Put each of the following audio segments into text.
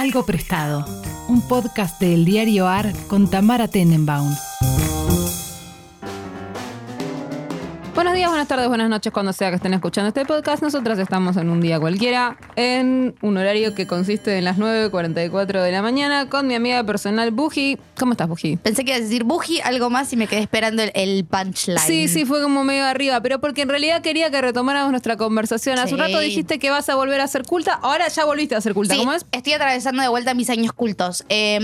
Algo Prestado, un podcast del diario AR con Tamara Tenenbaum. Buenos días, buenas tardes, buenas noches, cuando sea que estén escuchando este podcast. Nosotras estamos en un día cualquiera, en un horario que consiste en las 9:44 de la mañana, con mi amiga personal, Buji. ¿Cómo estás, Buji? Pensé que ibas a decir Buji, algo más, y me quedé esperando el punchline. Sí, fue como medio arriba, pero porque en realidad quería que retomáramos nuestra conversación. Hace un rato dijiste que vas a volver a ser culta, ahora ya volviste a ser culta, Sí, ¿cómo es? estoy atravesando de vuelta mis años cultos.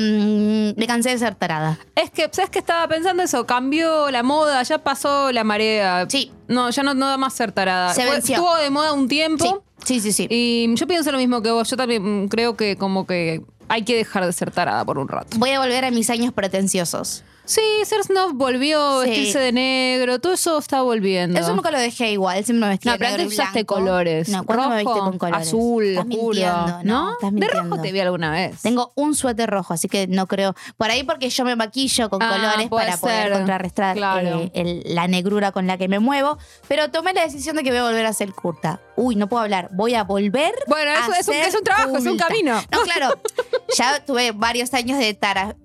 Me cansé de ser tarada. Es que, ¿sabes qué estaba pensando eso? Cambió la moda, ya pasó la marea. Sí. No, ya no da más ser tarada. Se venció. Estuvo de moda un tiempo. Sí. Y yo pienso lo mismo que vos. Yo también creo que como que hay que dejar de ser tarada por un rato. Voy a volver a mis años pretenciosos. Sí, Ser Snuff volvió, Sí. vestirse de negro, todo eso está volviendo. Eso nunca lo dejé igual, siempre me vestí No, de pero negro antes y usaste blanco. colores. No, ¿cuándo me Rojo, viste con colores? azul, Estás oscuro, mintiendo, ¿no? estás De mintiendo. rojo te vi alguna vez. Tengo un suéter rojo, así que no creo. Por ahí porque yo me maquillo con colores puede para poder ser. contrarrestar Claro. la negrura con la que me muevo. Pero tomé la decisión de que voy a volver a ser curta. Uy, no puedo hablar. Voy a volver Bueno, eso a es un ser trabajo, es un culta. camino. No, claro. Ya tuve varios años de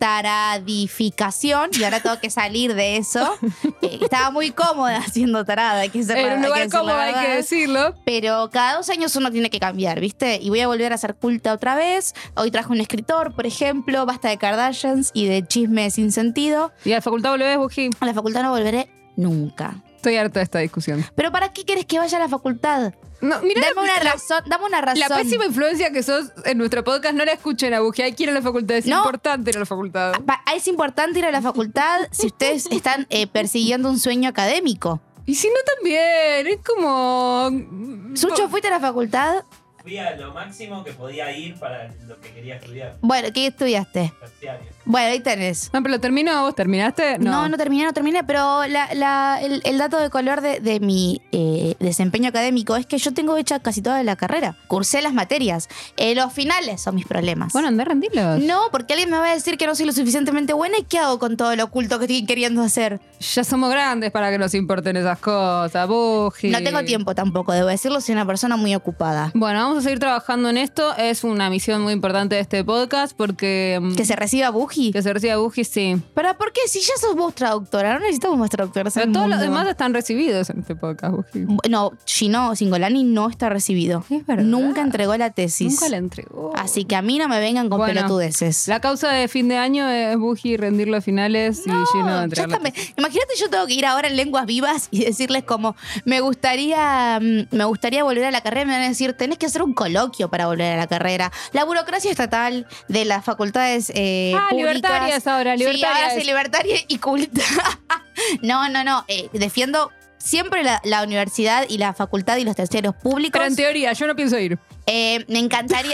taradificación y ahora tengo que salir de eso. Estaba muy cómoda siendo tarada, hay que ser En un lugar cómodo hay que decirlo. pero cada 2 años uno tiene que cambiar, ¿viste? Y voy a volver a ser culta otra vez. Hoy traje un escritor, por ejemplo, basta de Kardashians y de chismes sin sentido. ¿Y a la facultad volvés, Buji? A la facultad no volveré nunca. Estoy harta de esta discusión. ¿Pero para qué querés que vaya a la facultad? No, mirá, Dame una razón. La pésima influencia que sos en nuestro podcast, no la escuchen a Buji. Hay que ir a la facultad. Es No. importante ir a la facultad. Es importante ir a la facultad si ustedes están persiguiendo un sueño académico. Y si no, también. Es como... Sucho, ¿fuiste a la facultad? Fui a lo máximo que podía ir para lo que quería estudiar. Bueno, ¿qué estudiaste? Terciario. Bueno, ahí tenés. No, pero lo terminó. ¿Vos terminaste? No terminé, pero el dato de color de mi desempeño académico es que yo tengo hecha casi toda la carrera. Cursé las materias. Los finales son mis problemas. Bueno, andá a rendirlos. No, porque alguien me va a decir que no soy lo suficientemente buena y ¿qué hago con todo lo oculto que estoy queriendo hacer? Ya somos grandes para que nos importen esas cosas, Buji. No tengo tiempo tampoco, debo decirlo, soy una persona muy ocupada. Bueno, vamos a seguir trabajando en esto. Es una misión muy importante de este podcast porque... ¿Que se reciba Buji? Que se reciba Buji, sí. ¿Pero por qué? Si ya sos vos traductora, no necesitamos más traductoras en Pero el todos los mundo. demás están recibidos en este podcast, Buji. No, Gino Singolani no está recibido. Es verdad. Nunca entregó la tesis. Nunca la entregó. Así que a mí no me vengan con Bueno, pelotudeces. La causa de fin de año es Buji rendir los finales y Gino ya entregar la está. tesis. Imagínate, yo tengo que ir ahora en lenguas vivas y decirles como, me gustaría volver a la carrera. Me van a decir, tenés que hacer un coloquio para volver a la carrera. La burocracia estatal de las facultades públicas. libertarias ahora, Sí, ahora libertarias. soy libertaria y culta. No. Defiendo siempre la universidad y la facultad y los terciarios públicos. Pero en teoría, yo no pienso ir. Me encantaría.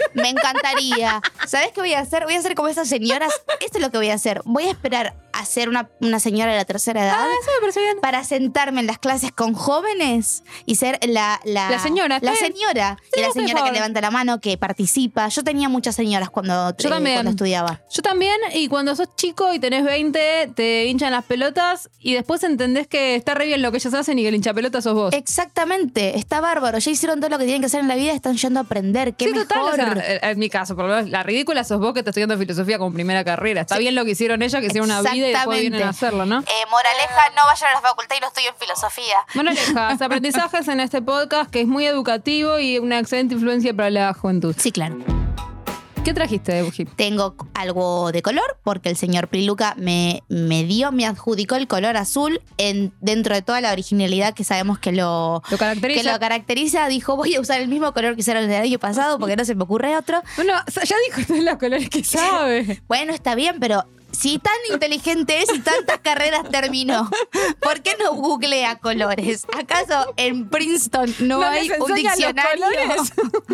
¿Sabes qué voy a hacer? Voy a hacer como esas señoras. Esto es lo que voy a hacer. Voy a esperar a ser una señora de la tercera edad. Eso me parece bien. Para sentarme en las clases con jóvenes y ser la señora, La está bien. señora. Sí, Y la por señora favor. que levanta la mano, que participa. Yo tenía muchas señoras cuando también. estudiaba. Yo también, y cuando sos chico y tenés 20, te hinchan las pelotas y después entendés que está re bien lo que ellos hacen y que el hinchapelotas sos vos. Exactamente. Está bárbaro. Ya hicieron todo lo que tienen que hacer en la vida. Están yendo a aprender. ¿Qué Sí, mejor? total, o sea, en mi caso, por lo menos, la ridícula sos vos que estás estudiando filosofía como primera carrera. Está bien lo que hicieron ellas, que hicieron una vida y después vienen a hacerlo, ¿no? Moraleja, no vayan a la facultad y lo estudio en filosofía. Moralejas, aprendizajes en este podcast que es muy educativo y una excelente influencia para la juventud. Sí, claro. ¿Qué trajiste, Buji? Tengo algo de color porque el señor Priluca me adjudicó el color azul dentro de toda la originalidad que sabemos que lo caracteriza. Dijo, voy a usar el mismo color que usaron el año pasado porque no se me ocurre otro. Bueno, ya dijo todos los colores que sabe. Bueno, está bien, pero si tan inteligente es y tantas carreras terminó, ¿por qué no googlea colores? ¿Acaso en Princeton no hay les un enseñan los diccionario?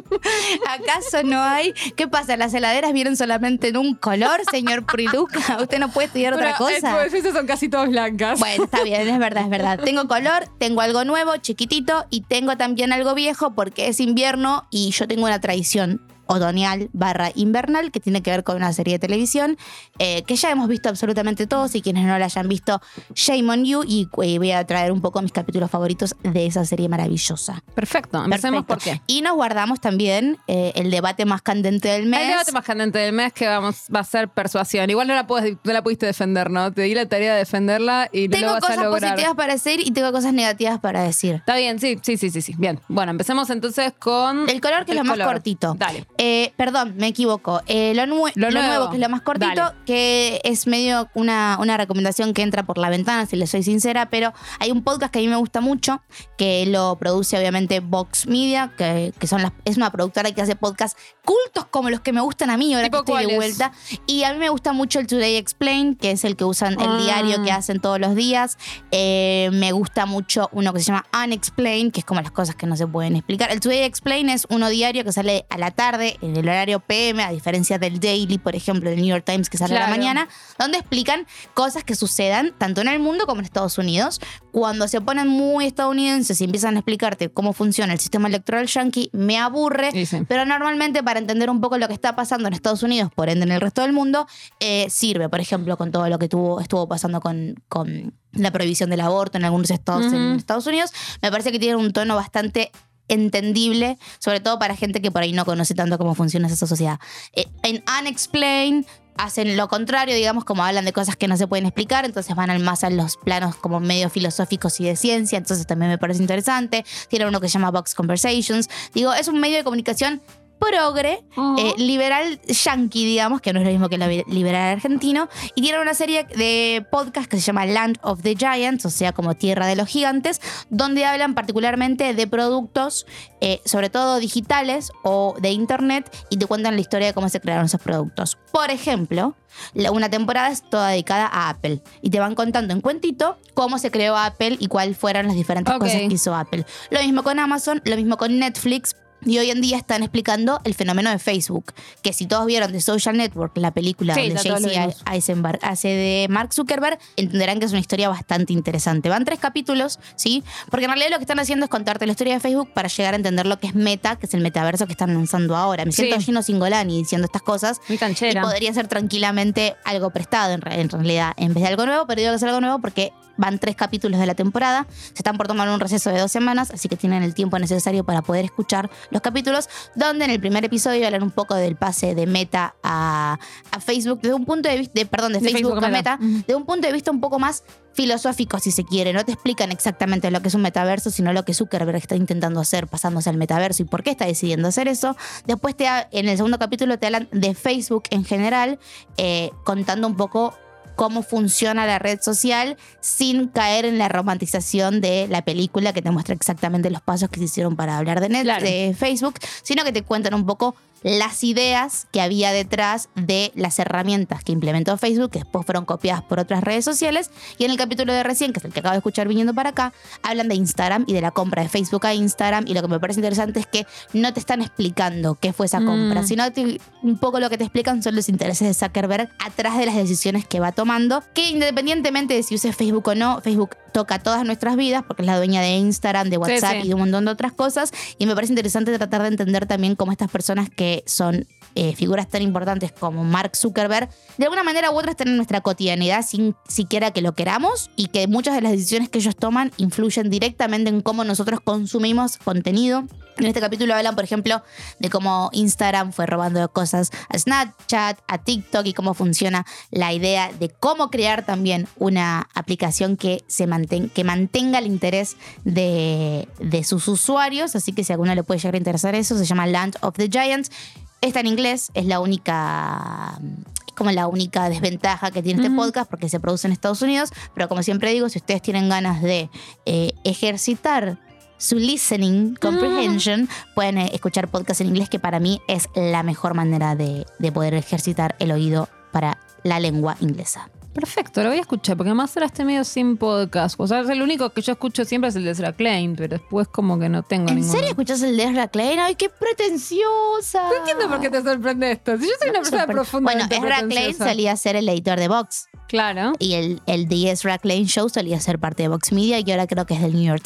¿Acaso no hay? ¿Qué pasa? ¿Las heladeras vienen solamente en un color, señor Priluca? ¿Usted no puede estudiar otra cosa? En tu defensa son casi todas blancas. Bueno, está bien, es verdad. Tengo color, tengo algo nuevo, chiquitito, y tengo también algo viejo porque es invierno y yo tengo una tradición otoñal / invernal, que tiene que ver con una serie de televisión que ya hemos visto absolutamente todos, y quienes no la hayan visto, shame on you, y voy a traer un poco mis capítulos favoritos de esa serie maravillosa. Perfecto, empecemos por qué. Y nos guardamos también el debate más candente del mes. El debate más candente del mes que va a ser persuasión. Igual no la pudiste defender, ¿no? Te di la tarea de defenderla y no lo vas a lograr. Tengo cosas positivas para decir y tengo cosas negativas para decir. Está bien, sí. Bien, bueno, empecemos entonces con... El color, que es lo más cortito. Dale. Perdón, me equivoco. Lo nuevo, que es lo más cortito, dale, que es medio una recomendación que entra por la ventana, si les soy sincera, pero hay un podcast que a mí me gusta mucho, que lo produce obviamente Vox Media, que es una productora que hace podcasts cultos como los que me gustan a mí, ahora que estoy de vuelta. Y a mí me gusta mucho el Today Explain, que es el que usan el diario que hacen todos los días. Me gusta mucho uno que se llama Unexplained, que es como las cosas que no se pueden explicar. El Today Explain es uno diario que sale a la tarde, en el horario PM, a diferencia del Daily, por ejemplo, del New York Times, que sale a la mañana, donde explican cosas que sucedan tanto en el mundo como en Estados Unidos. Cuando se ponen muy estadounidenses y empiezan a explicarte cómo funciona el sistema electoral yankee, me aburre, pero normalmente para entender un poco lo que está pasando en Estados Unidos, por ende en el resto del mundo, sirve, por ejemplo, con todo lo que estuvo pasando con la prohibición del aborto en algunos estados en Estados Unidos. Me parece que tiene un tono bastante entendible, sobre todo para gente que por ahí no conoce tanto cómo funciona esa sociedad. En Unexplained hacen lo contrario, digamos, como hablan de cosas que no se pueden explicar, entonces van más a los planos como medio filosóficos y de ciencia, entonces también me parece interesante. Tiene uno que se llama Vox Conversations. Digo, es un medio de comunicación progre, liberal yankee, digamos, que no es lo mismo que el liberal argentino, y tiene una serie de podcasts que se llama Land of the Giants, o sea, como Tierra de los Gigantes, donde hablan particularmente de productos, sobre todo digitales o de internet, y te cuentan la historia de cómo se crearon esos productos. Por ejemplo, una temporada es toda dedicada a Apple, y te van contando en cuentito cómo se creó Apple y cuáles fueron las diferentes cosas que hizo Apple. Lo mismo con Amazon, lo mismo con Netflix. Y hoy en día están explicando el fenómeno de Facebook, que si todos vieron The Social Network, la película donde J.C. Eisenberg hace de Mark Zuckerberg, entenderán que es una historia bastante interesante. Van 3 capítulos, ¿sí? Porque en realidad lo que están haciendo es contarte la historia de Facebook para llegar a entender lo que es Meta, que es el metaverso que están lanzando ahora. Me siento Gino Singolani diciendo estas cosas. Muy canchera. Y podría ser tranquilamente algo prestado en realidad, en vez de algo nuevo, pero digo que es algo nuevo porque van 3 capítulos de la temporada. Se están por tomar un receso de 2 semanas, así que tienen el tiempo necesario para poder escuchar los capítulos, donde en el primer episodio hablan un poco del pase de Meta a Facebook, desde un punto de vista, de Facebook a Meta, de un punto de vista un poco más filosófico, si se quiere. No te explican exactamente lo que es un metaverso, sino lo que Zuckerberg está intentando hacer pasándose al metaverso y por qué está decidiendo hacer eso. Después en el segundo capítulo te hablan de Facebook en general, contando un poco cómo funciona la red social sin caer en la romantización de la película que te muestra exactamente los pasos que se hicieron para hablar de Facebook, sino que te cuentan un poco las ideas que había detrás de las herramientas que implementó Facebook, que después fueron copiadas por otras redes sociales. Y en el capítulo de recién, que es el que acabo de escuchar viniendo para acá, hablan de Instagram y de la compra de Facebook a Instagram. Y lo que me parece interesante es que no te están explicando qué fue esa compra, sino un poco lo que te explican son los intereses de Zuckerberg atrás de las decisiones que va tomando, que independientemente de si uses Facebook o no, Facebook toca todas nuestras vidas porque es la dueña de Instagram, de WhatsApp y de un montón de otras cosas. Y me parece interesante tratar de entender también cómo estas personas que son figuras tan importantes como Mark Zuckerberg, de alguna manera u otra están en nuestra cotidianidad sin siquiera que lo queramos, y que muchas de las decisiones que ellos toman influyen directamente en cómo nosotros consumimos contenido. En este capítulo hablan, por ejemplo, de cómo Instagram fue robando cosas a Snapchat, a TikTok, y cómo funciona la idea de cómo crear también una aplicación que mantenga el interés de sus usuarios. Así que si a alguno le puede llegar a interesar eso, se llama Land of the Giants. Está en inglés, es como la única desventaja que tiene este podcast porque se produce en Estados Unidos. Pero como siempre digo, si ustedes tienen ganas de ejercitar su listening comprehension, pueden escuchar podcast en inglés, que para mí es la mejor manera de poder ejercitar el oído para la lengua inglesa. Perfecto, lo voy a escuchar, porque además ahora estoy medio sin podcast. O sea, el único que yo escucho siempre es el de Ezra Klein, pero después como que no tengo ninguno. ¿En serio escuchás el de Ezra Klein? ¡Ay, qué pretenciosa! No entiendo por qué te sorprende esto. Si yo soy una persona profundamente Bueno, Ezra Klein solía ser el editor de Vox. Claro. Y el The Ezra Klein Show solía ser parte de Vox Media, y ahora creo que es del New York Times.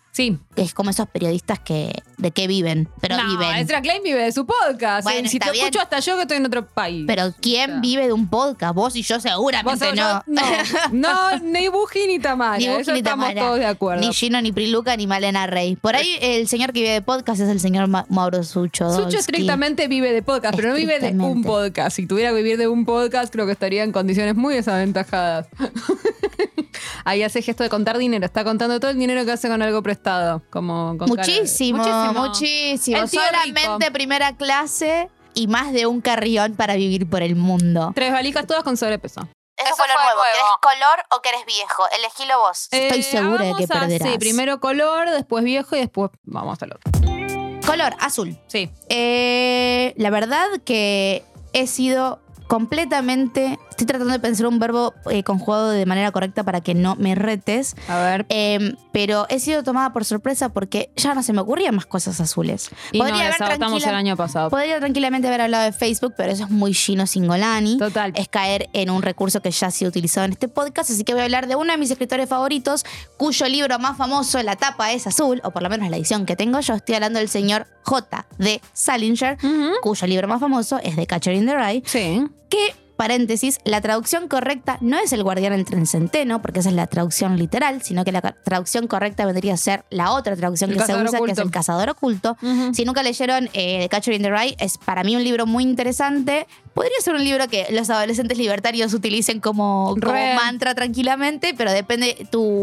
Sí. Es como esos periodistas que de qué viven, pero viven. Ezra Klein vive de su podcast. Bueno, si te escucho hasta yo que estoy en otro país. Pero ¿quién vive de un podcast? Vos y yo seguramente no. No, ni Buji ni Tamara. Ni Buji Eso ni estamos Tamara. todos de acuerdo. Ni Gino, ni Priluca, ni Malena Rey. Por ahí el señor que vive de podcast es el señor Mauro Sucho. Sucho estrictamente vive de podcast, pero no vive de un podcast. Si tuviera que vivir de un podcast, creo que estaría en condiciones muy desaventajadas. Ahí hace gesto de contar dinero. Está contando todo el dinero que hace con algo prestado. Como con muchísimo. Solamente rico. Primera clase y más de un carrión para vivir por el mundo. 3 valicas todas con sobrepeso. Eso fue lo nuevo. ¿Querés color o querés viejo? Elegilo vos. Estoy segura de que perderás. Sí, primero color, después viejo y después vamos al otro. Color, azul. Sí. La verdad que he sido completamente... Estoy tratando de pensar un verbo conjugado de manera correcta para que no me retes. A ver. Pero he sido tomada por sorpresa porque ya no se me ocurrían más cosas azules. Y estamos el año pasado. Podría tranquilamente haber hablado de Facebook, pero eso es muy Gino Singolani. Total. Es caer en un recurso que ya ha sido utilizado en este podcast. Así que voy a hablar de uno de mis escritores favoritos, cuyo libro más famoso, la tapa es azul, o por lo menos la edición que tengo yo. Estoy hablando del señor J.D. Salinger, cuyo libro más famoso es The Catcher in the Rye. Sí. Que, paréntesis, la traducción correcta no es el guardián entre el centeno, porque esa es la traducción literal, sino que la traducción correcta vendría a ser la otra traducción que se usa, que es el cazador oculto. Si nunca leyeron The Catcher in the Rye, es para mí un libro muy interesante. Podría ser un libro que los adolescentes libertarios utilicen como mantra tranquilamente, pero depende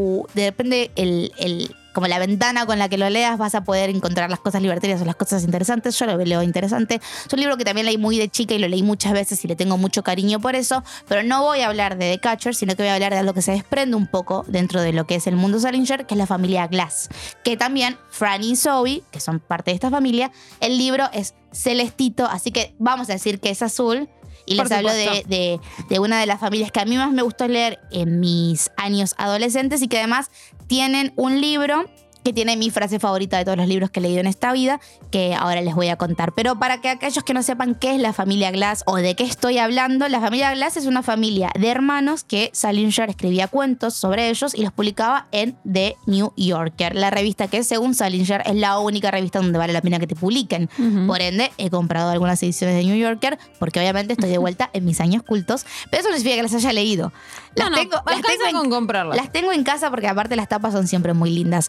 como la ventana con la que lo leas, vas a poder encontrar las cosas libertarias o las cosas interesantes. Yo lo leo interesante. Es un libro que también leí muy de chica y lo leí muchas veces y le tengo mucho cariño por eso, pero no voy a hablar de The Catcher, sino que voy a hablar de algo que se desprende un poco dentro de lo que es el mundo Salinger, que es la familia Glass, que también Franny y Zoe, que son parte de esta familia, el libro es celestito, así que vamos a decir que es azul. Y les hablo de una de las familias que a mí más me gustó leer en mis años adolescentes y que además tienen un libro que tiene mi frase favorita de todos los libros que he leído en esta vida, que ahora les voy a contar. Pero para que aquellos que no sepan qué es la familia Glass o de qué estoy hablando, la familia Glass es una familia de hermanos que Salinger escribía cuentos sobre ellos y los publicaba en The New Yorker, la revista que según Salinger es la única revista donde vale la pena que te publiquen. Por ende, he comprado algunas ediciones de New Yorker porque obviamente estoy de vuelta en mis años cultos, pero eso no significa que las haya leído. Las tengo en casa porque aparte las tapas son siempre muy lindas.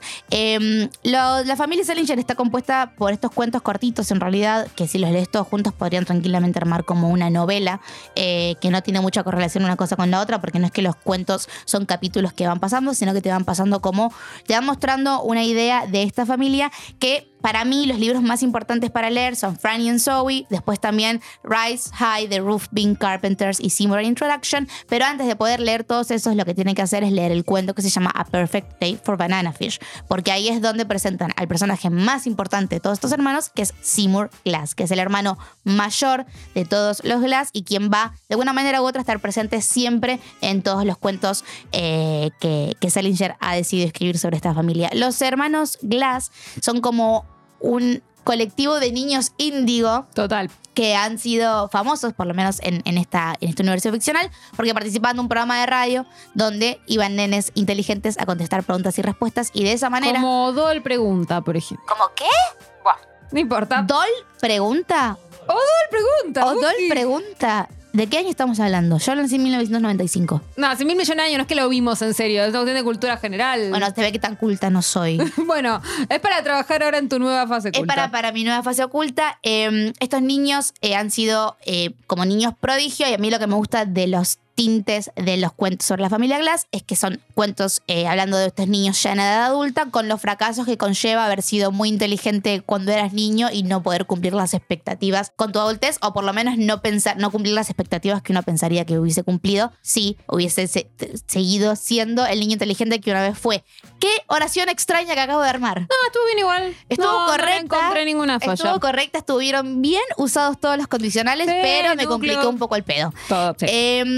La familia Salinger está compuesta por estos cuentos cortitos, en realidad, que si los lees todos juntos podrían tranquilamente armar como una novela, que no tiene mucha correlación una cosa con la otra, porque no es que los cuentos son capítulos que van pasando, sino que te van pasando como, te van mostrando una idea de esta familia que... Para mí, los libros más importantes para leer son Franny and Zoe, después también Rise High, The Roof Bean Carpenters y Seymour Introduction. Pero antes de poder leer todos esos, lo que tienen que hacer es leer el cuento que se llama A Perfect Day for Banana Fish, porque ahí es donde presentan al personaje más importante de todos estos hermanos, que es Seymour Glass, que es el hermano mayor de todos los Glass y quien va, de alguna manera u otra, a estar presente siempre en todos los cuentos que Salinger ha decidido escribir sobre esta familia. Los hermanos Glass son como un colectivo de niños índigo. Total. Que han sido famosos, por lo menos en este universo ficcional, porque participaban de un programa de radio donde iban nenes inteligentes a contestar preguntas y respuestas, y de esa manera... Como Doll Pregunta, por ejemplo. ¿Cómo qué? Buah, no importa. ¿Doll Pregunta? O Doll Pregunta. O Doll Pregunta. ¿De qué año estamos hablando? Yo lo nací en 1995. No, hace 1.000 millones de años, no es que lo vimos en serio, es una cuestión de cultura general. Bueno, te ve que tan culta no soy. Bueno, es para trabajar ahora en tu nueva fase oculta. Es para mi nueva fase oculta. Estos niños han sido como niños prodigio, y a mí lo que me gusta de los tintes de los cuentos sobre la familia Glass es que son cuentos hablando de estos niños ya en edad adulta, con los fracasos que conlleva haber sido muy inteligente cuando eras niño y no poder cumplir las expectativas con tu adultez, o por lo menos no cumplir las expectativas que uno pensaría que hubiese cumplido si hubiese seguido siendo el niño inteligente que una vez fue. ¿Qué oración extraña que acabo de armar? No, estuvo bien igual. Estuvo correcta. No encontré ninguna falla. Estuvo correcta, estuvieron bien usados todos los condicionales, sí, pero me complicó un poco el pedo. Todo, sí.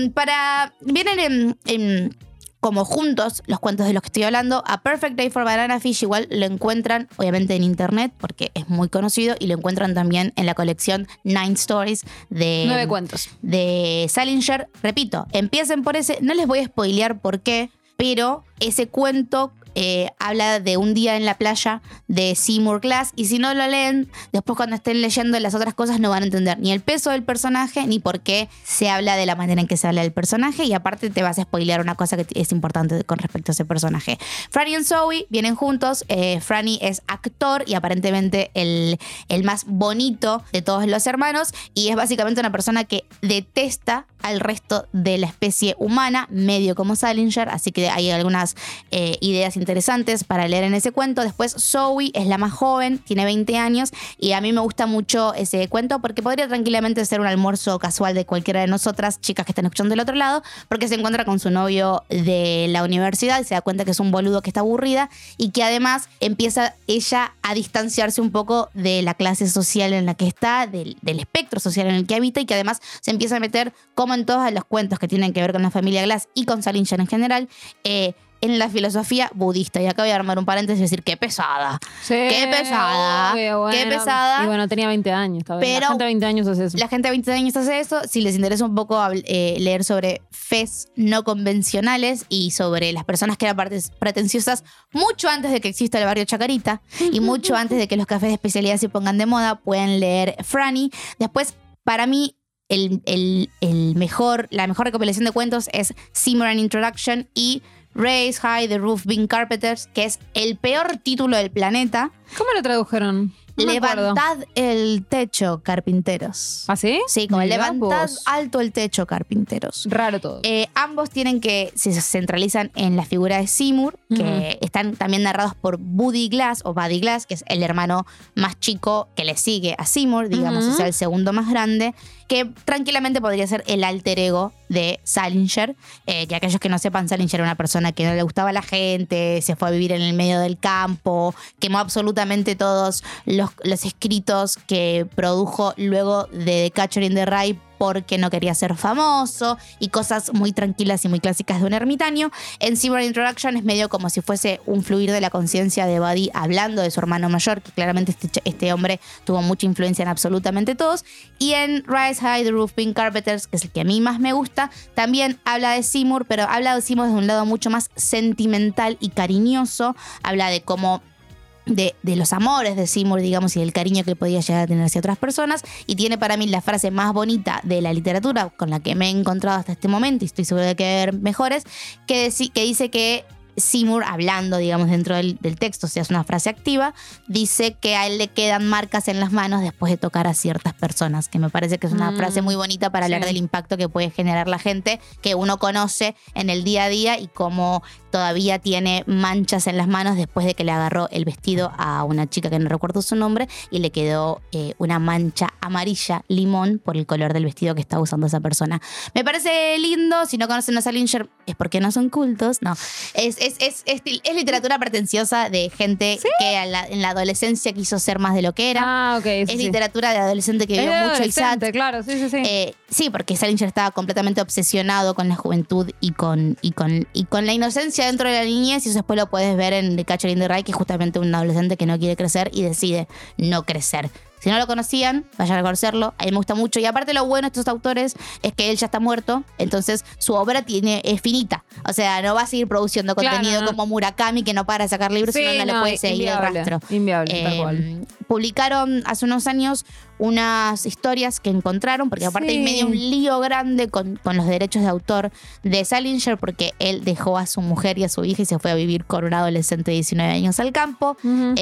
Vienen como juntos los cuentos de los que estoy hablando. A Perfect Day for Banana Fish igual lo encuentran obviamente en internet porque es muy conocido, y lo encuentran también en la colección 9 Stories de 9 cuentos de Salinger. Repito, empiecen por ese, no les voy a spoilear por qué, pero ese cuento habla de un día en la playa de Seymour Glass, y si no lo leen, después cuando estén leyendo las otras cosas no van a entender ni el peso del personaje ni por qué se habla de la manera en que se habla del personaje, y aparte te vas a spoilear una cosa que es importante con respecto a ese personaje. Franny y Zoe vienen juntos. Franny es actor y aparentemente el más bonito de todos los hermanos, y es básicamente una persona que detesta al resto de la especie humana, medio como Salinger, así que hay algunas ideas interesantes para leer en ese cuento. Después Zoe es la más joven, tiene 20 años, y a mí me gusta mucho ese cuento porque podría tranquilamente ser un almuerzo casual de cualquiera de nosotras, chicas que están escuchando del otro lado, porque se encuentra con su novio de la universidad y se da cuenta que es un boludo que está aburrida, y que además empieza ella a distanciarse un poco de la clase social en la que está, del espectro social en el que habita, y que además se empieza a meter, como en todos los cuentos que tienen que ver con la familia Glass y con Salinger en general, en la filosofía budista. Y acá voy a armar un paréntesis y decir, ¡qué pesada! Sí, ¡qué pesada! Obvio, bueno. ¡Qué pesada! Y bueno, tenía 20 años. Pero la gente de 20 años hace eso. La gente de 20 años hace eso. Si les interesa un poco leer sobre fes no convencionales y sobre las personas que eran pretenciosas mucho antes de que exista el barrio Chacarita y mucho antes de que los cafés de especialidad se pongan de moda, pueden leer Franny. Después, para mí, la mejor recopilación de cuentos es Seymour An Introduction y Raise High the Roof Bean Carpenters, que es el peor título del planeta. ¿Cómo lo tradujeron? No Levantad el techo, carpinteros. ¿Ah, sí? Sí, como levantad alto el techo, carpinteros. Raro todo. Ambos se centralizan en la figura de Seymour, que están también narrados por Buddy Glass, o Buddy Glass, que es el hermano más chico que le sigue a Seymour, digamos, o sea, el segundo más grande, que tranquilamente podría ser el alter ego de Salinger. Que aquellos que no sepan, Salinger era una persona que no le gustaba a la gente, se fue a vivir en el medio del campo, quemó absolutamente todos los escritos que produjo luego de The Catcher in the Rye porque no quería ser famoso, y cosas muy tranquilas y muy clásicas de un ermitaño. En Seymour Introduction es medio como si fuese un fluir de la conciencia de Buddy hablando de su hermano mayor, que claramente este hombre tuvo mucha influencia en absolutamente todos. Y en Rise High the Roof Bean Carpenters, que es el que a mí más me gusta, también habla de Seymour, pero habla de Seymour desde un lado mucho más sentimental y cariñoso. Habla de cómo de los amores de Seymour, digamos, y del cariño que podía llegar a tener hacia otras personas, y tiene para mí la frase más bonita de la literatura con la que me he encontrado hasta este momento, y estoy segura de que va a haber mejores, que dice que Seymour, hablando, digamos, dentro del texto, o sea, es una frase activa, dice que a él le quedan marcas en las manos después de tocar a ciertas personas, que me parece que es una frase muy bonita para hablar del impacto que puede generar la gente que uno conoce en el día a día, y cómo todavía tiene manchas en las manos después de que le agarró el vestido a una chica que no recuerdo su nombre y le quedó una mancha amarilla limón por el color del vestido que estaba usando esa persona. Me parece lindo. Si no conocen a Salinger es porque no son cultos. No, es literatura pretenciosa de gente que en la adolescencia quiso ser más de lo que era. Ah, ok. Es literatura de adolescente que vio mucho Isaac. Claro, sí. Sí, porque Salinger estaba completamente obsesionado con la juventud y con la inocencia dentro de la niñez, y eso después lo puedes ver en The Catcher in the Rye, que es justamente un adolescente que no quiere crecer y decide no crecer. Si no lo conocían, vayan a conocerlo. A mí me gusta mucho. Y aparte, lo bueno de estos autores es que él ya está muerto. Entonces, su obra es finita. O sea, no va a seguir produciendo contenido como Murakami, que no para de sacar libros, sino no le puede seguir el rastro. Inviable, tal cual. Publicaron hace unos años unas historias que encontraron, porque aparte hay medio un lío grande con los derechos de autor de Salinger, porque él dejó a su mujer y a su hija y se fue a vivir con un adolescente de 19 años al campo.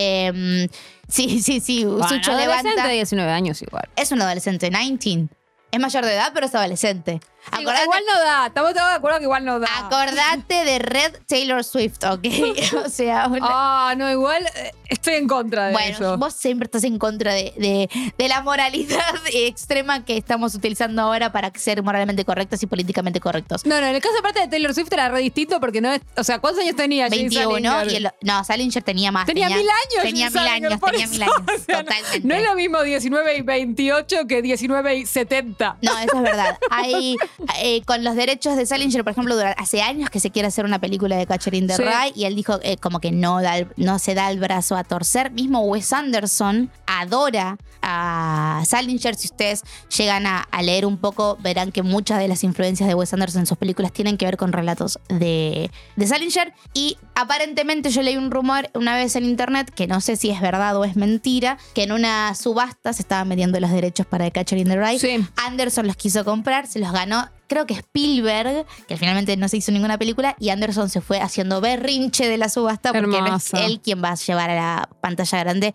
Sí. Bueno, Sucho adolescente levanta. de 19 años igual. Es un adolescente, 19. Es mayor de edad, pero es adolescente. Sí, igual no da. Estamos todos de acuerdo que igual no da. Acordate de Red Taylor Swift, ¿ok? O sea, no, igual estoy en contra de eso. Bueno, vos siempre estás en contra de la moralidad extrema que estamos utilizando ahora para ser moralmente correctos y políticamente correctos. No, en el caso aparte de Taylor Swift era re distinto porque no es... O sea, ¿cuántos años tenía? 21. Salinger tenía más. Tenía 1000 años. Tenía 1000 años, o sea, totalmente. No es lo mismo 19 y 28 que 19 y 70. No, eso es verdad. con los derechos de Salinger, por ejemplo, hace años que se quiere hacer una película de Catcher in the Rye y él dijo como que no se da el brazo a torcer. Mismo Wes Anderson adora a Salinger. Si ustedes llegan a leer un poco, verán que muchas de las influencias de Wes Anderson en sus películas tienen que ver con relatos de Salinger. Y aparentemente yo leí un rumor una vez en internet, que no sé si es verdad o es mentira, que en una subasta se estaban vendiendo los derechos para The Catcher in the Rye. Sí. Anderson los quiso comprar, se los ganó, creo que Spielberg, que finalmente no se hizo ninguna película, y Anderson se fue haciendo berrinche de la subasta porque no es él quien va a llevar a la pantalla grande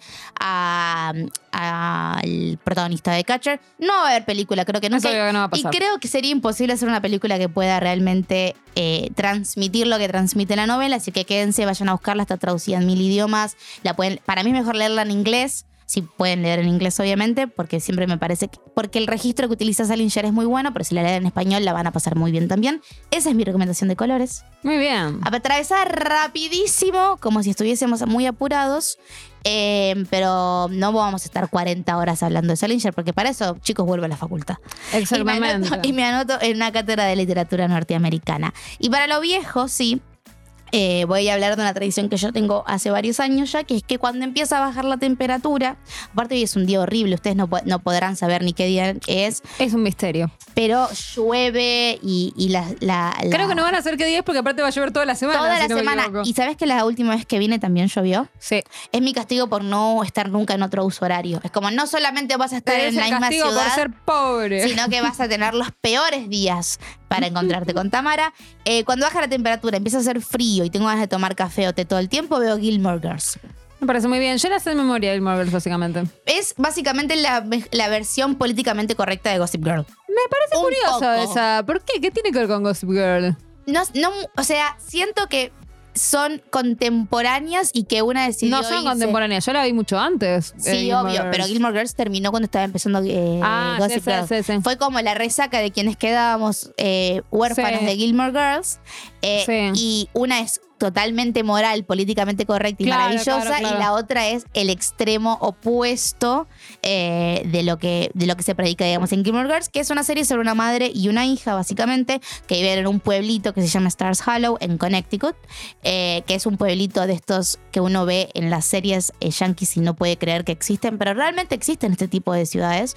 al protagonista de Catcher. No va a haber película, creo que nunca. No va a pasar. Y creo que sería imposible hacer una película que pueda realmente transmitir lo que transmite la novela, así que quédense, vayan a buscarla, está traducida en 1000 idiomas. Para mí es mejor leerla en inglés. Si pueden leer en inglés, obviamente, porque siempre me parece porque el registro que utiliza Salinger es muy bueno, pero si la leen en español la van a pasar muy bien también. Esa es mi recomendación de colores. Muy bien. Atravesar rapidísimo, como si estuviésemos muy apurados, pero no vamos a estar 40 horas hablando de Salinger, porque para eso, chicos, vuelvo a la facultad. Exactamente. Y me anoto en una cátedra de literatura norteamericana. Y para lo viejo, sí. Voy a hablar de una tradición que yo tengo hace varios años ya, que es que cuando empieza a bajar la temperatura, aparte hoy es un día horrible, ustedes no podrán saber ni qué día es. Es un misterio. Pero llueve y Creo que no van a saber qué día es porque aparte va a llover toda la semana. Toda la semana. ¿Y sabes que la última vez que vine también llovió? Sí. Es mi castigo por no estar nunca en otro uso horario. Es como no solamente vas a estar en la misma ciudad, por ser pobre, sino que vas a tener los peores días para encontrarte con Tamara. Cuando baja la temperatura, empieza a hacer frío y tengo ganas de tomar café o té todo el tiempo, veo Gilmore Girls. Me parece muy bien. Yo la sé de memoria de Gilmore Girls, básicamente. Es básicamente la versión políticamente correcta de Gossip Girl. Me parece curiosa poco. esa. ¿Por qué? ¿Qué tiene que ver con Gossip Girl? No, o sea, siento que son contemporáneas y que una decidió No son contemporáneas, yo la vi mucho antes. Sí, obvio, pero Gilmore Girls terminó cuando estaba empezando Gossip Girl. Sí. Fue como la resaca de quienes quedábamos huérfanos de Gilmore Girls. Y una es totalmente moral, políticamente correcta y maravillosa, y la otra es el extremo opuesto de lo que se predica, digamos, en Gilmore Girls, que es una serie sobre una madre y una hija, básicamente, que viven en un pueblito que se llama Stars Hollow, en Connecticut, que es un pueblito de estos que uno ve en las series yankees y no puede creer que existen, pero realmente existen este tipo de ciudades,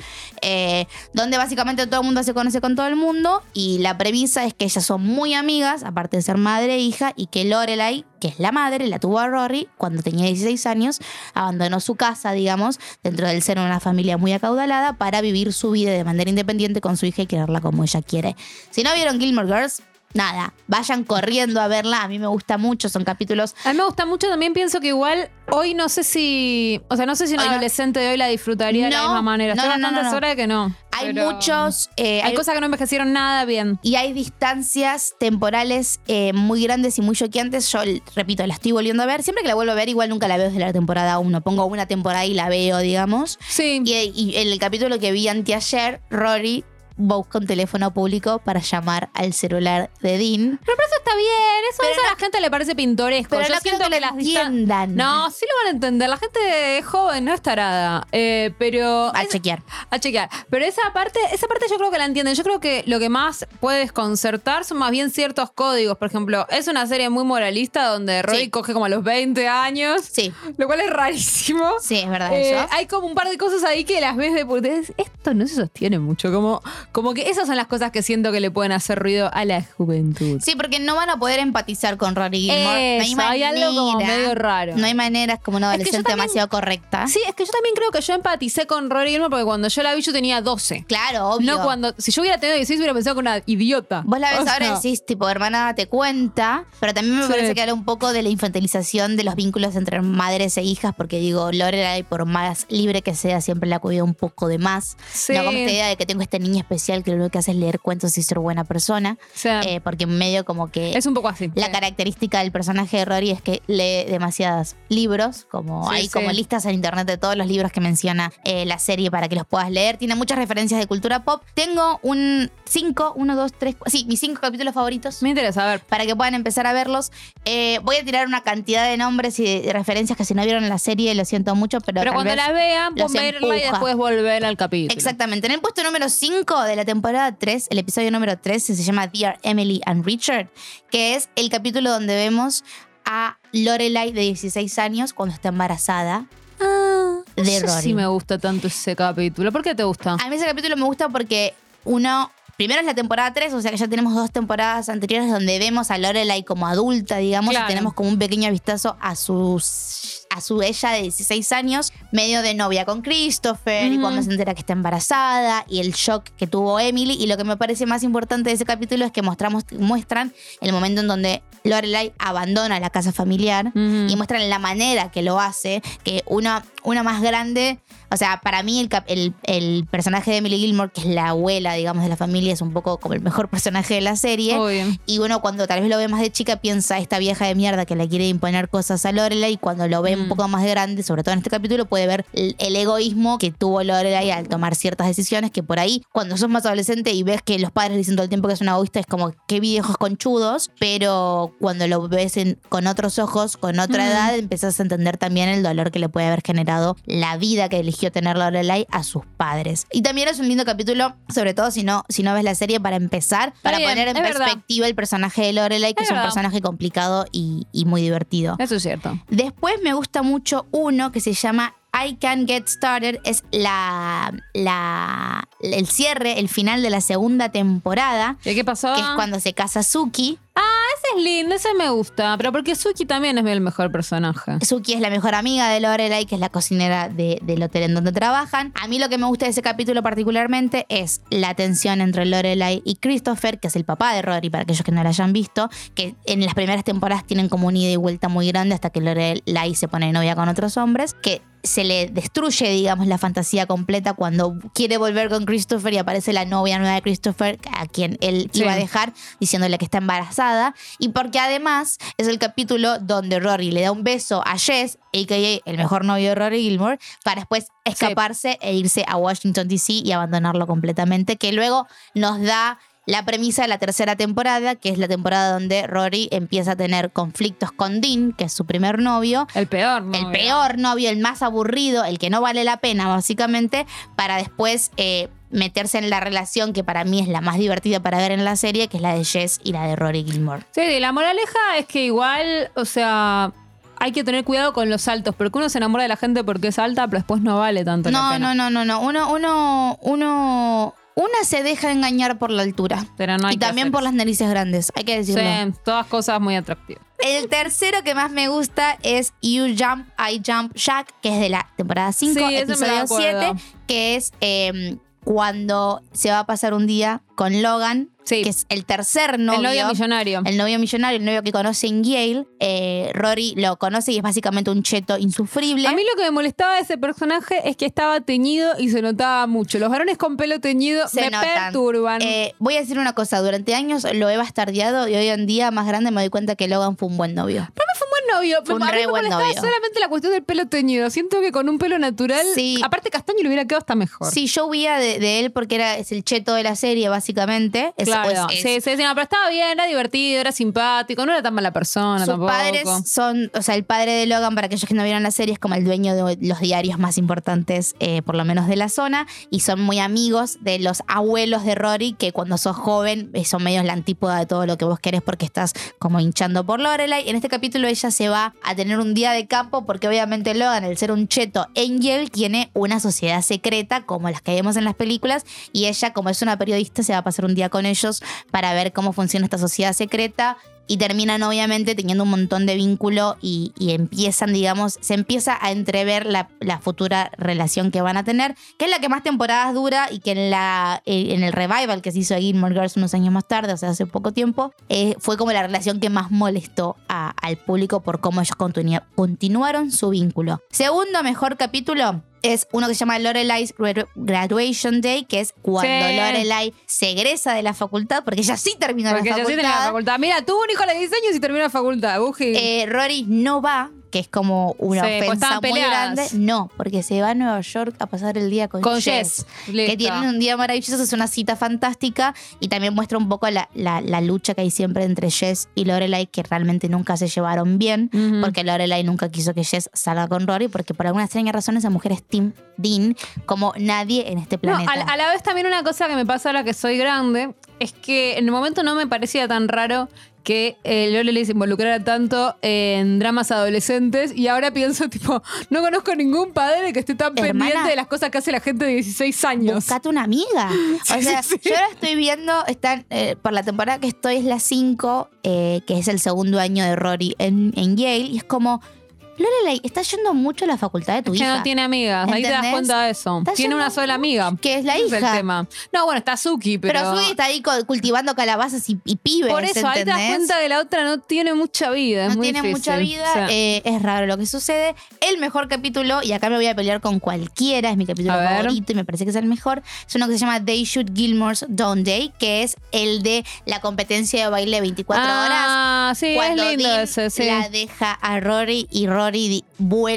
donde básicamente todo el mundo se conoce con todo el mundo, y la premisa es que ellas son muy amigas, aparte de ser madre e hija, y que Lorelai, que es la madre, la tuvo a Rory cuando tenía 16 años, abandonó su casa, digamos, dentro del seno de una familia muy acaudalada, para vivir su vida de manera independiente con su hija y quererla como ella quiere. Si no vieron Gilmore Girls, nada, vayan corriendo a verla. A mí me gusta mucho, son capítulos. A mí me gusta mucho, también pienso que igual hoy no sé si un adolescente de hoy la disfrutaría de la misma manera. Estoy bastante segura de que no. Hay muchos... hay cosas que no envejecieron nada bien. Y hay distancias temporales muy grandes y muy choqueantes. Yo, repito, la estoy volviendo a ver. Siempre que la vuelvo a ver, igual nunca la veo desde la temporada 1. Pongo una temporada y la veo, digamos. Sí. Y en el capítulo que vi anteayer, Rory busca un teléfono público para llamar al celular de Dean. Pero eso está bien, eso a la gente le parece pintoresco. Pero yo no siento que las entiendan. No, sí lo van a entender. La gente es joven, no es tarada. Pero A chequear. Pero esa parte yo creo que la entienden. Yo creo que lo que más puede desconcertar son más bien ciertos códigos. Por ejemplo, es una serie muy moralista donde Rory coge como a los 20 años. Sí. Lo cual es rarísimo. Sí, es verdad eso. Hay como un par de cosas ahí que las ves esto no se sostiene mucho. Como que esas son las cosas que siento que le pueden hacer ruido a la juventud. Sí, porque no van a poder empatizar con Rory Gilmore. Hay algo como medio raro. No hay manera, es como una adolescente demasiado correcta. Sí, es que yo también creo que yo empaticé con Rory Gilmore porque cuando yo la vi yo tenía 12. Claro, obvio. No, si yo hubiera tenido 16 hubiera pensado que una idiota. Vos la ves ahora y decís, tipo, hermana, te cuenta. Pero también me parece que habla un poco de la infantilización de los vínculos entre madres e hijas, porque digo, Lorelai, por más libre que sea, siempre la cuida un poco de más. Sí. No como esta idea de que tengo esta niña especial que lo único que hace es leer cuentos y ser buena persona. Sí. Porque en medio como que... Es un poco así. La característica del personaje de Rory es que lee demasiados libros, como hay como listas en internet de todos los libros que menciona la serie para que los puedas leer. Tiene muchas referencias de cultura pop. Tengo un 1, 2, 3, sí, mis 5 capítulos favoritos. Me interesa, a ver. Para que puedan empezar a verlos. Voy a tirar una cantidad de nombres y de referencias que si no vieron la serie, lo siento mucho, pero tal cuando vez la vean, pueden verla y después volver al capítulo. Exactamente. En el puesto número 5 de la temporada 3, el episodio número 3 se llama Dear Emily and Richard, que es el capítulo donde vemos a Lorelai de 16 años cuando está embarazada. No sé si me gusta tanto ese capítulo. ¿Por qué te gusta? A mí ese capítulo me gusta porque primero es la temporada 3, o sea que ya tenemos 2 temporadas anteriores donde vemos a Lorelai como adulta, digamos, y tenemos como un pequeño vistazo a su ella de 16 años, medio de novia con Christopher, y cuando se entera que está embarazada, y el shock que tuvo Emily. Y lo que me parece más importante de ese capítulo es que muestran el momento en donde Lorelai abandona la casa familiar y muestran la manera que lo hace, que una más grande. O sea, para mí el personaje de Emily Gilmore, que es la abuela, digamos, de la familia, es un poco como el mejor personaje de la serie. Y uno cuando tal vez lo ve más de chica piensa esta vieja de mierda que le quiere imponer cosas a Lorelai, y cuando lo ve un poco más de grande, sobre todo en este capítulo, puede ver el egoísmo que tuvo Lorelai al tomar ciertas decisiones que por ahí, cuando sos más adolescente y ves que los padres dicen todo el tiempo que es una egoísta, es como qué viejos conchudos, pero cuando lo ves con otros ojos, con otra edad, empezás a entender también el dolor que le puede haber generado la vida que eligió tener Lorelai a sus padres. Y también es un lindo capítulo, sobre todo si no ves la serie, para empezar, para poner en perspectiva el personaje de Lorelai, que es un personaje complicado y muy divertido. Eso es cierto. Después me gusta mucho uno que se llama I Can't Get Started. Es el cierre, el final de la segunda temporada. ¿Y qué pasó? Que es cuando se casa Suki. Ese es lindo, ese me gusta. Pero porque Suki también es el mejor personaje. Suki es la mejor amiga de Lorelai, que es la cocinera del hotel en donde trabajan. A mí lo que me gusta de ese capítulo particularmente es la tensión entre Lorelai y Christopher, que es el papá de Rory, para aquellos que no lo hayan visto, que en las primeras temporadas tienen como un ida y vuelta muy grande hasta que Lorelai se pone de novia con otros hombres, que se le destruye, digamos, la fantasía completa cuando quiere volver con Christopher y aparece la novia nueva de Christopher, a quien él iba a dejar, diciéndole que está embarazada. Y porque además es el capítulo donde Rory le da un beso a Jess, a.k.a. el mejor novio de Rory Gilmore, para después escaparse e irse a Washington, D.C. y abandonarlo completamente, que luego nos da la premisa de la tercera temporada, que es la temporada donde Rory empieza a tener conflictos con Dean, que es su primer novio. El peor novio, el más aburrido, el que no vale la pena, básicamente, para después meterse en la relación que para mí es la más divertida para ver en la serie, que es la de Jess y la de Rory Gilmore. Sí, la moraleja es que igual, o sea, hay que tener cuidado con los saltos, porque uno se enamora de la gente porque es alta, pero después no vale tanto la pena. No. Una se deja engañar por la altura. Pero no hay y también por las narices grandes, hay que decirlo. Sí, todas cosas muy atractivas. El tercero que más me gusta es You Jump, I Jump, Jack, que es de la temporada 5, episodio 7, que es cuando se va a pasar un día con Logan, que es el tercer novio. El novio millonario. El novio millonario, el novio que conoce en Yale. Rory lo conoce y es básicamente un cheto insufrible. A mí lo que me molestaba de ese personaje es que estaba teñido y se notaba mucho. Los varones con pelo teñido me perturban. Voy a decir una cosa, durante años lo he bastardeado y hoy en día, más grande, me doy cuenta que Logan fue un buen novio. Para mí fue un buen novio. Fue un re buen novio. Solamente la cuestión del pelo teñido. Siento que con un pelo natural, aparte castaño, le hubiera quedado hasta mejor. Sí, yo huía de él porque es el cheto de la serie, básicamente. Claro, sí, pero estaba bien, era divertido, era simpático, no era tan mala persona tampoco. Sus padres son, o sea, el padre de Logan, para aquellos que no vieron la serie, es como el dueño de los diarios más importantes, por lo menos de la zona, y son muy amigos de los abuelos de Rory, que cuando sos joven son medios la antípoda de todo lo que vos querés porque estás como hinchando por Lorelai. En este capítulo ella se va a tener un día de campo porque obviamente Logan, al ser un cheto Angel, tiene una sociedad secreta como las que vemos en las películas, y ella, como es una periodista, se va a pasar un día con ellos para ver cómo funciona esta sociedad secreta, y terminan obviamente teniendo un montón de vínculo y empiezan, digamos, se empieza a entrever la futura relación que van a tener, que es la que más temporadas dura y que en el revival que se hizo de Gilmore Girls unos años más tarde, o sea, hace poco tiempo, fue como la relación que más molestó al público por cómo ellos continuaron su vínculo. Segundo mejor capítulo es uno que se llama Lorelai's Graduation Day, que es cuando Lorelai se egresa de la facultad, porque ella sí terminó la facultad. Mira, tuvo un hijo de diseño y terminó la facultad. Rory no va, que es como una Sí, pues ofensa estaban muy peleadas. grande. No, porque se va a Nueva York a pasar el día con Jess. Que Listo. tienen un día maravilloso, es una cita fantástica y también muestra un poco la lucha que hay siempre entre Jess y Lorelai, que realmente nunca se llevaron bien, Ujú. porque Lorelai nunca quiso que Jess salga con Rory, porque por alguna extraña razón esa mujer es Team Dean como nadie en este No, planeta. a la vez también una cosa que me pasa ahora que soy grande es que en el momento no me parecía tan raro que Lorelai se involucrara tanto en dramas adolescentes y ahora pienso, tipo, no conozco ningún padre que esté tan Hermana, pendiente de las cosas que hace la gente de 16 años. Buscate una amiga. O sea, yo ahora estoy viendo, están, por la temporada que estoy es la 5, que es el segundo año de Rory en Yale, y es como, Lorelai, estás yendo mucho a la facultad de tu Que hija. no tiene amigas, ahí te das ¿Entendés? cuenta de eso. Está Tiene yendo- una sola amiga. que es la Ese hija. el tema. No, bueno, está Suki, pero... Pero Sui está ahí cultivando calabazas y pibes, por eso, ahí te das ¿entendés? cuenta que la otra no tiene mucha vida. Es No muy tiene difícil. mucha vida, O sea, es raro lo que sucede. El mejor capítulo, y acá me voy a pelear con cualquiera, es mi capítulo A ver. favorito y me parece que es el mejor, es uno que se llama They Shoot Gilmore's Don't They, que es el de la competencia de baile 24 horas. Ah, sí, es Cuando lindo Dean ese, sí. la deja a Rory y Rory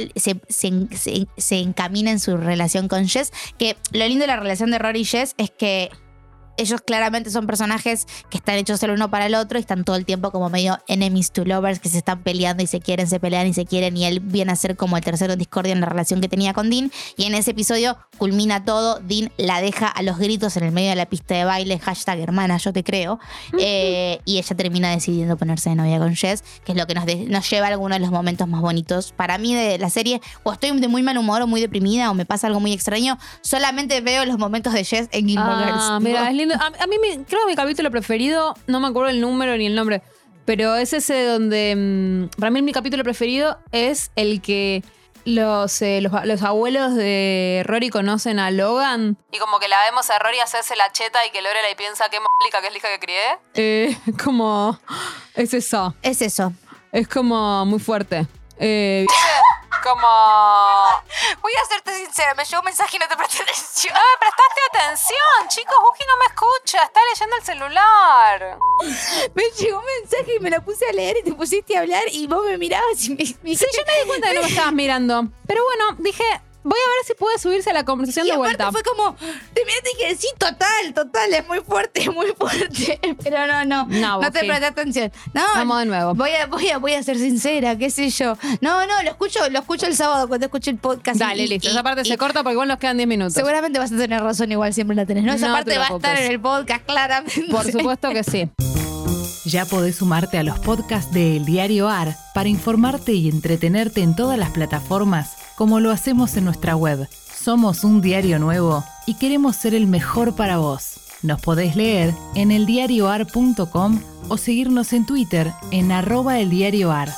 se encamina en su relación con Jess. Que lo lindo de la relación de Rory y Jess es que ellos claramente son personajes que están hechos el uno para el otro y están todo el tiempo como medio enemies to lovers, que se están peleando y se pelean y se quieren, y él viene a ser como el tercero en discordia en la relación que tenía con Dean. Y en ese episodio culmina todo, Dean la deja a los gritos en el medio de la pista de baile, #hermana, yo te creo, y ella termina decidiendo ponerse de novia con Jess, que es lo que nos lleva a algunos de los momentos más bonitos para mí de la serie. O estoy de muy mal humor o muy deprimida o me pasa algo muy extraño, solamente veo los momentos de Jess en Gilmore Girls. Mira, Tipo, es lindo. A mí creo que mi capítulo preferido, no me acuerdo el número ni el nombre, pero es ese donde, para mí mi capítulo preferido es el que los abuelos de Rory conocen a Logan y como que la vemos a Rory hacerse la cheta y que Lorelai piensa que mólica, que es la hija que crié. Como, es eso, es eso. es como muy fuerte. Como... Voy a serte sincera, me llegó un mensaje y no te presté atención. No me prestaste atención, chicos. Buji no me escucha, está leyendo el celular. Me llegó un mensaje y me lo puse a leer y te pusiste a hablar y vos me mirabas y me Sí, yo me di cuenta que no me estabas mirando. Pero bueno, dije, voy a ver si puede subirse a la conversación y de aparte vuelta. fue como, te miraste y dije, sí, total, es muy fuerte, muy fuerte. Pero no No, te Buji. presté atención. No, Vamos de nuevo. Voy a ser sincera, qué sé yo. No, lo escucho el sábado cuando escuche el podcast. Dale, listo. Esa parte se corta porque igual nos quedan 10 minutos. Seguramente vas a tener razón, igual siempre la tenés, ¿no? Esa No parte te va a estar preocupes. en el podcast, claramente. Por supuesto que sí. Ya podés sumarte a los podcasts de El Diario AR para informarte y entretenerte en todas las plataformas, como lo hacemos en nuestra web. Somos un diario nuevo y queremos ser el mejor para vos. Nos podés leer en eldiarioar.com o seguirnos en Twitter en @eldiarioar.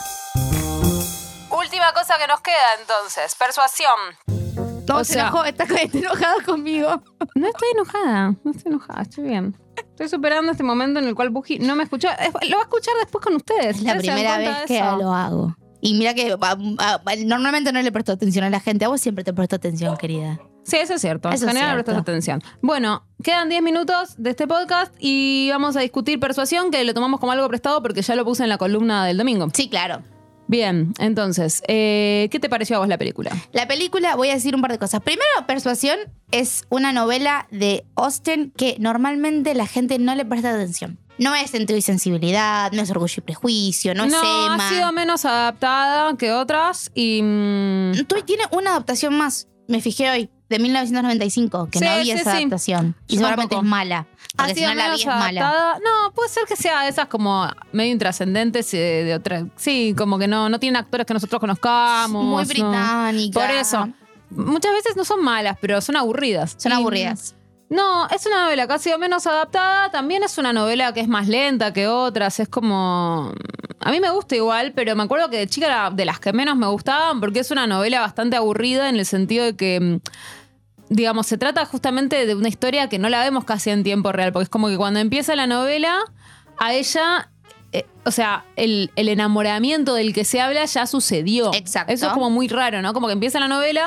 Última cosa que nos queda entonces, persuasión. No, O sea- está enojado conmigo. No estoy enojada, estoy bien. Estoy superando este momento en el cual Buji no me escuchó. Lo va a escuchar después con ustedes. Es la ¿Ustedes se dan primera cuenta vez de que eso? lo hago. Y mira que normalmente no le presto atención a la gente. A vos siempre te presto atención, querida. Sí, eso es cierto. Eso En es general cierto. prestas atención. Bueno, quedan 10 minutos de este podcast y vamos a discutir persuasión, que lo tomamos como algo prestado porque ya lo puse en la columna del domingo. Sí, claro. Bien, entonces, ¿qué te pareció a vos la película? La película, voy a decir un par de cosas. Primero, Persuasión es una novela de Austen que normalmente la gente no le presta atención. No es Sentido y Sensibilidad, no es Orgullo y Prejuicio, no es Emma. ha sido menos adaptada que otras y... Tiene una adaptación más, me fijé hoy, de 1995, que Sí, no había sí, esa sí. adaptación. Y Yo seguramente tampoco. es mala. Ha Porque si sido no la vi menos es mala. adaptada. No, puede ser que sea de esas como medio intrascendentes de otra. Sí, como que no tienen actores que nosotros conozcamos. Muy no. británica. Por eso. Muchas veces no son malas, pero son aburridas. Son Y- aburridas. No, es una novela que ha sido menos adaptada. También es una novela que es más lenta que otras. Es como... A mí me gusta igual, pero me acuerdo que de chica era de las que menos me gustaban porque es una novela bastante aburrida en el sentido de que... Digamos, se trata justamente de una historia que no la vemos casi en tiempo real, porque es como que cuando empieza la novela, a ella, o sea, el enamoramiento del que se habla ya sucedió. Exacto. Eso es como muy raro, ¿no? Como que empieza la novela,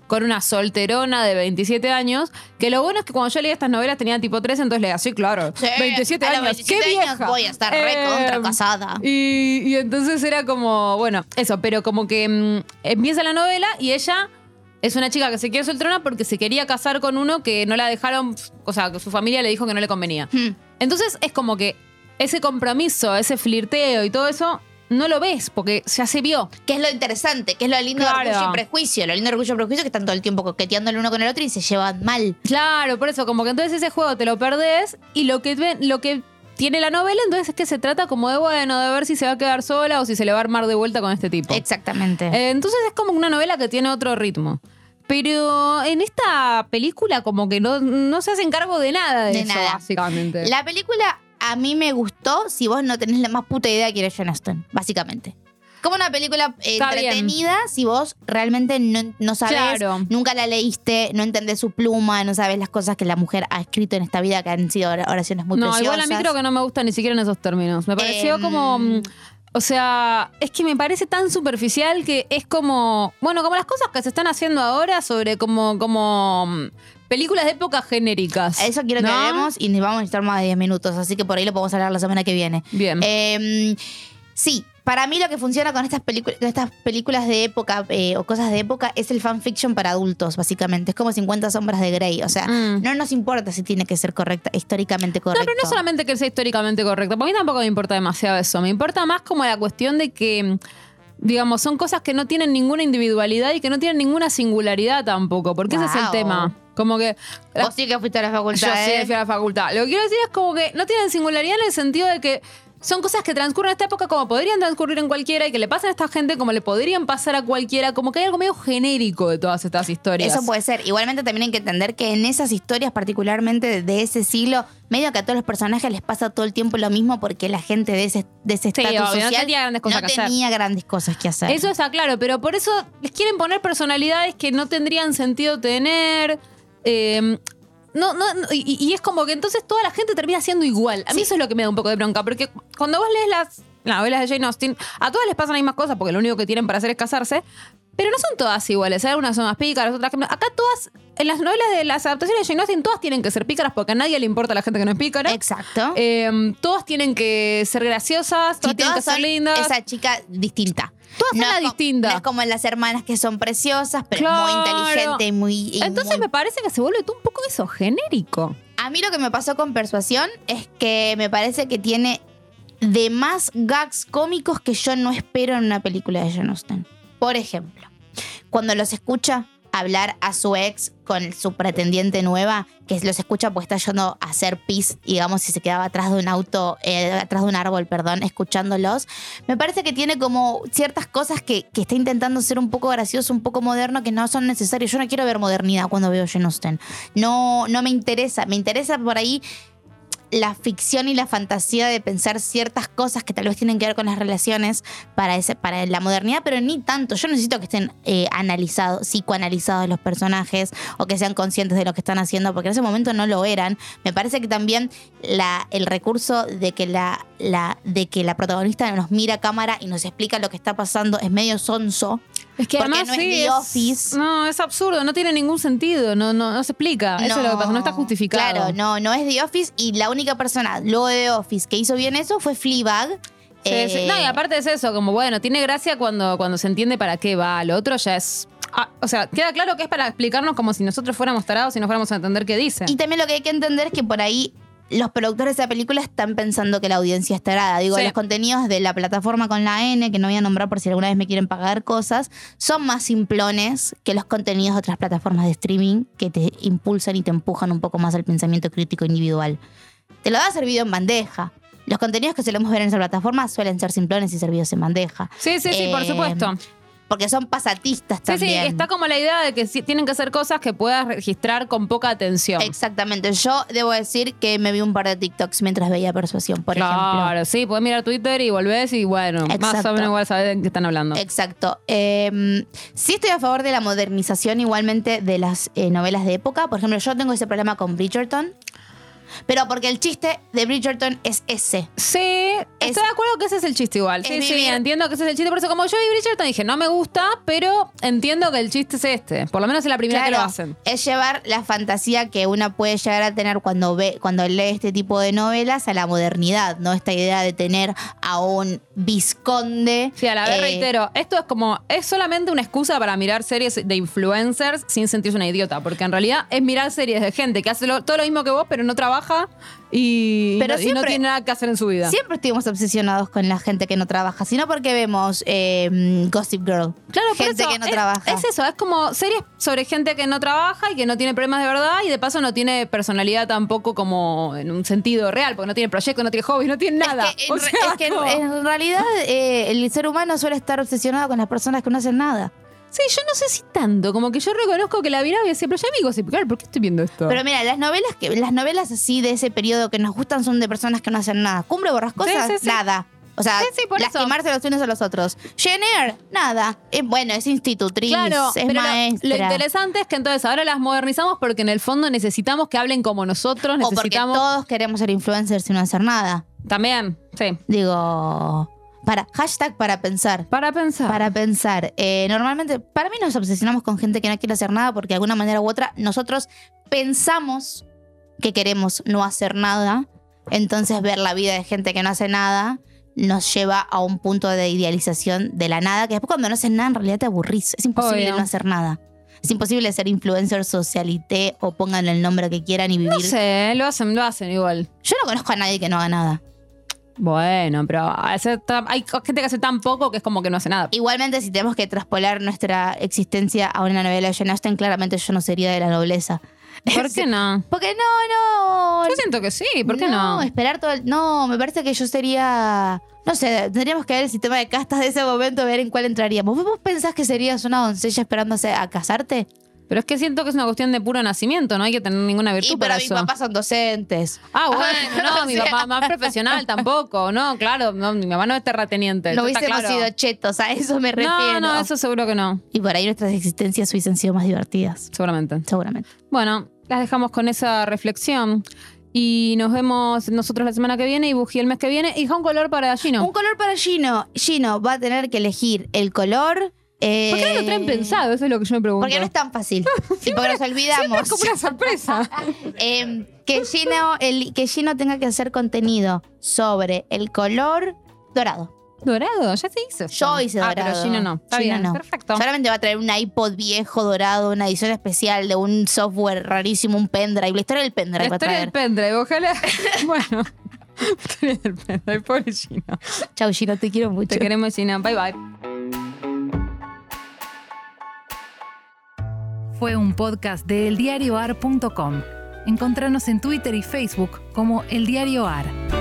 con una solterona de 27 años, que lo bueno es que cuando yo leía estas novelas tenía tipo 13, entonces leía, sí, claro, Sí, 27 a los años, 27 qué vieja. años voy a estar recontra casada. Y entonces era como, bueno, eso, pero como que empieza la novela y ella es una chica que se quiere solterona porque se quería casar con uno que no la dejaron, o sea, que su familia le dijo que no le convenía. Entonces es como que ese compromiso, ese flirteo y todo eso, no lo ves porque ya se vio. Que es lo interesante, que es lo lindo de Orgullo y Prejuicio. Lo lindo de Orgullo y Prejuicio es que están todo el tiempo coqueteando el uno con el otro y se llevan mal. Claro, por eso, como que entonces ese juego te lo perdés y lo que tiene la novela, entonces es que se trata como de, bueno, de ver si se va a quedar sola o si se le va a armar de vuelta con este tipo. Exactamente. Entonces es como una novela que tiene otro ritmo. Pero en esta película como que no se hacen cargo de nada de eso, nada. Básicamente. La película a mí me gustó si vos no tenés la más puta idea de quién es Jane Austen, básicamente. Como una película entretenida bien. Si vos realmente no sabés, nunca la leíste, no entendés su pluma, no sabés las cosas que la mujer ha escrito en esta vida, que han sido oraciones muy preciosas. No, igual a mí creo que no me gusta ni siquiera en esos términos. Me pareció como... O sea, es que me parece tan superficial que es como... Bueno, como las cosas que se están haciendo ahora sobre como películas de época genéricas. Eso quiero que hablemos y nos vamos a necesitar más de 10 minutos, así que por ahí lo podemos hablar la semana que viene. Bien. Sí, para mí lo que funciona con estas películas de época o cosas de época es el fanfiction para adultos, básicamente. Es como 50 sombras de Grey. O sea, no nos importa si tiene que ser históricamente correcto. No, pero no solamente que sea históricamente correcto. Para mí tampoco me importa demasiado eso. Me importa más como la cuestión de que, digamos, son cosas que no tienen ninguna individualidad y que no tienen ninguna singularidad tampoco. Porque ese es el tema. Como que... Vos sí que fuiste a la facultad, Yo sí fui a la facultad. Lo que quiero decir es como que no tienen singularidad en el sentido de que son cosas que transcurren en esta época como podrían transcurrir en cualquiera y que le pasan a esta gente como le podrían pasar a cualquiera. Como que hay algo medio genérico de todas estas historias. Eso puede ser. Igualmente también hay que entender que en esas historias, particularmente de ese siglo, medio que a todos los personajes les pasa todo el tiempo lo mismo porque la gente de ese estatus social no tenía grandes cosas que hacer. Eso está claro, pero por eso les quieren poner personalidades que no tendrían sentido tener... y es como que entonces toda la gente termina siendo igual. A mí eso es lo que me da un poco de bronca, porque cuando vos lees las novelas de Jane Austen, a todas les pasan las mismas cosas porque lo único que tienen para hacer es casarse, pero no son todas iguales. Algunas son más pícaras, otras que no. Acá todas, en las novelas de las adaptaciones de Jane Austen, todas tienen que ser pícaras porque a nadie le importa la gente que no es pícara. Exacto. Todas tienen que ser graciosas, todas tienen que ser lindas. Esa chica distinta. Todas son la distinta. No es como en las hermanas que son preciosas, pero muy inteligente y muy... Entonces me parece que se vuelve todo un poco eso, genérico. A mí lo que me pasó con Persuasión es que me parece que tiene de más gags cómicos que yo no espero en una película de Jane Austen. Por ejemplo, cuando los escucha hablar a su ex con su pretendiente nueva, que los escucha pues está yendo a hacer pis, digamos, si se quedaba atrás de un atrás de un árbol, escuchándolos. Me parece que tiene como ciertas cosas que está intentando ser un poco gracioso, un poco moderno, que no son necesarias. Yo no quiero ver modernidad cuando veo Jane Austen. No me interesa. Me interesa por ahí la ficción y la fantasía de pensar ciertas cosas que tal vez tienen que ver con las relaciones para la modernidad, pero ni tanto. Yo necesito que estén psicoanalizados los personajes o que sean conscientes de lo que están haciendo, porque en ese momento no lo eran. Me parece que también el recurso de que la protagonista nos mira a cámara y nos explica lo que está pasando es medio sonso. Es que porque además no es The Office. No, es absurdo, no tiene ningún sentido, no se explica. Eso es lo que pasa, no está justificado. Claro, no es The Office y la única persona luego de The Office que hizo bien eso fue Fleabag. Sí. No, y aparte es eso, como bueno, tiene gracia cuando se entiende para qué va. Lo otro ya es... o sea, queda claro que es para explicarnos como si nosotros fuéramos tarados y no fuéramos a entender qué dice. Y también lo que hay que entender es que por ahí los productores de esa película están pensando que la audiencia es tarada. Digo, los contenidos de la plataforma con la N, que no voy a nombrar por si alguna vez me quieren pagar cosas, son más simplones que los contenidos de otras plataformas de streaming que te impulsan y te empujan un poco más al pensamiento crítico individual. Te lo da servido en bandeja. Los contenidos que solemos ver en esa plataforma suelen ser simplones y servidos en bandeja. Sí, por supuesto. Porque son pasatistas también. Sí, está como la idea de que tienen que hacer cosas que puedas registrar con poca atención. Exactamente. Yo debo decir que me vi un par de TikToks mientras veía Persuasión, por ejemplo. Claro, sí, podés mirar Twitter y volvés y bueno, más o menos igual sabés de qué están hablando. Exacto. Sí estoy a favor de la modernización igualmente de las novelas de época. Por ejemplo, yo tengo ese problema con Bridgerton. Pero porque el chiste de Bridgerton es ese. Sí. Estoy de acuerdo que ese es el chiste igual. Sí, entiendo que ese es el chiste. Por eso, como yo vi Bridgerton, dije, no me gusta, pero entiendo que el chiste es este. Por lo menos es la primera que lo hacen. Es llevar la fantasía que uno puede llegar a tener cuando lee este tipo de novelas a la modernidad, ¿no? Esta idea de tener a un vizconde. Sí, a la vez reitero, esto es solamente una excusa para mirar series de influencers sin sentirse una idiota, porque en realidad es mirar series de gente que hace todo lo mismo que vos, pero no trabaja y no tiene nada que hacer en su vida. Siempre estuvimos obsesionados con la gente que no trabaja, sino porque vemos Gossip Girl. Claro, gente que no trabaja. Es eso, es como series sobre gente que no trabaja y que no tiene problemas de verdad y de paso no tiene personalidad tampoco como en un sentido real, porque no tiene proyecto, no tiene hobbies, no tiene nada. Es que en realidad el ser humano suele estar obsesionado con las personas que no hacen nada. Sí, yo no sé si tanto, como que yo reconozco que la miraba y decía, pero ya me Gossip Girl, ¿por qué estoy viendo esto? Pero mira, las novelas así de ese periodo que nos gustan son de personas que no hacen nada. Cumbre Borrascosa, sí. Nada. O sea, lastimarse los unos a los otros. Jane Eyre, nada. Bueno, es institutriz, claro, es pero maestra. Lo interesante es que entonces ahora las modernizamos porque en el fondo necesitamos que hablen como nosotros. O porque todos queremos ser influencers y no hacer nada. También, sí. Digo... Hashtag para pensar. Para pensar. Normalmente, para mí nos obsesionamos con gente que no quiere hacer nada porque de alguna manera u otra nosotros pensamos que queremos no hacer nada. Entonces ver la vida de gente que no hace nada nos lleva a un punto de idealización de la nada, que después cuando no haces nada en realidad te aburrís. Es imposible no hacer nada. Es imposible ser influencer, socialité o pongan el nombre que quieran y vivir. No sé, lo hacen igual. Yo no conozco a nadie que no haga nada. Bueno, pero hay gente que hace tan poco que es como que no hace nada. Igualmente, si tenemos que traspolar nuestra existencia a una novela de Jane Austen, claramente yo no sería de la nobleza. ¿Por qué no? Porque no. Yo siento que sí, ¿por qué no? Esperar todo No, me parece que yo sería... No sé, tendríamos que ver el sistema de castas de ese momento, ver en cuál entraríamos. ¿Vos pensás que serías una doncella esperándose a casarte? Pero es que siento que es una cuestión de puro nacimiento, no hay que tener ninguna virtud para eso. Pero mis papás son docentes. Ah, bueno, no, mi papá más profesional tampoco, no, claro, no, mi mamá no es terrateniente. No hubiésemos sido chetos, a eso me refiero. No, eso seguro que no. Y por ahí nuestras existencias hubiesen sido más divertidas. Seguramente. Bueno, las dejamos con esa reflexión. Y nos vemos nosotros la semana que viene y Buji el mes que viene. Y un color para Gino. Un color para Gino. Gino va a tener que elegir el color... ¿Por qué no lo traen pensado? Eso es lo que yo me pregunto. Porque no es tan fácil. Y porque nos olvidamos. Es como una sorpresa. Que Gino tenga que hacer contenido sobre el color dorado. ¿Dorado? Ya se hizo. Yo hice dorado. Pero Gino no. Está bien, no. Perfecto. Solamente va a traer un iPod viejo dorado, una edición especial de un software rarísimo, un pendrive. La historia del pendrive va a traer. La historia del pendrive, ojalá. Bueno. La historia del pendrive, pobre Gino. Chau, Gino, te quiero mucho. Te queremos, Gino. Bye, bye. Fue un podcast de eldiarioar.com. Encontranos en Twitter y Facebook como El Diario AR.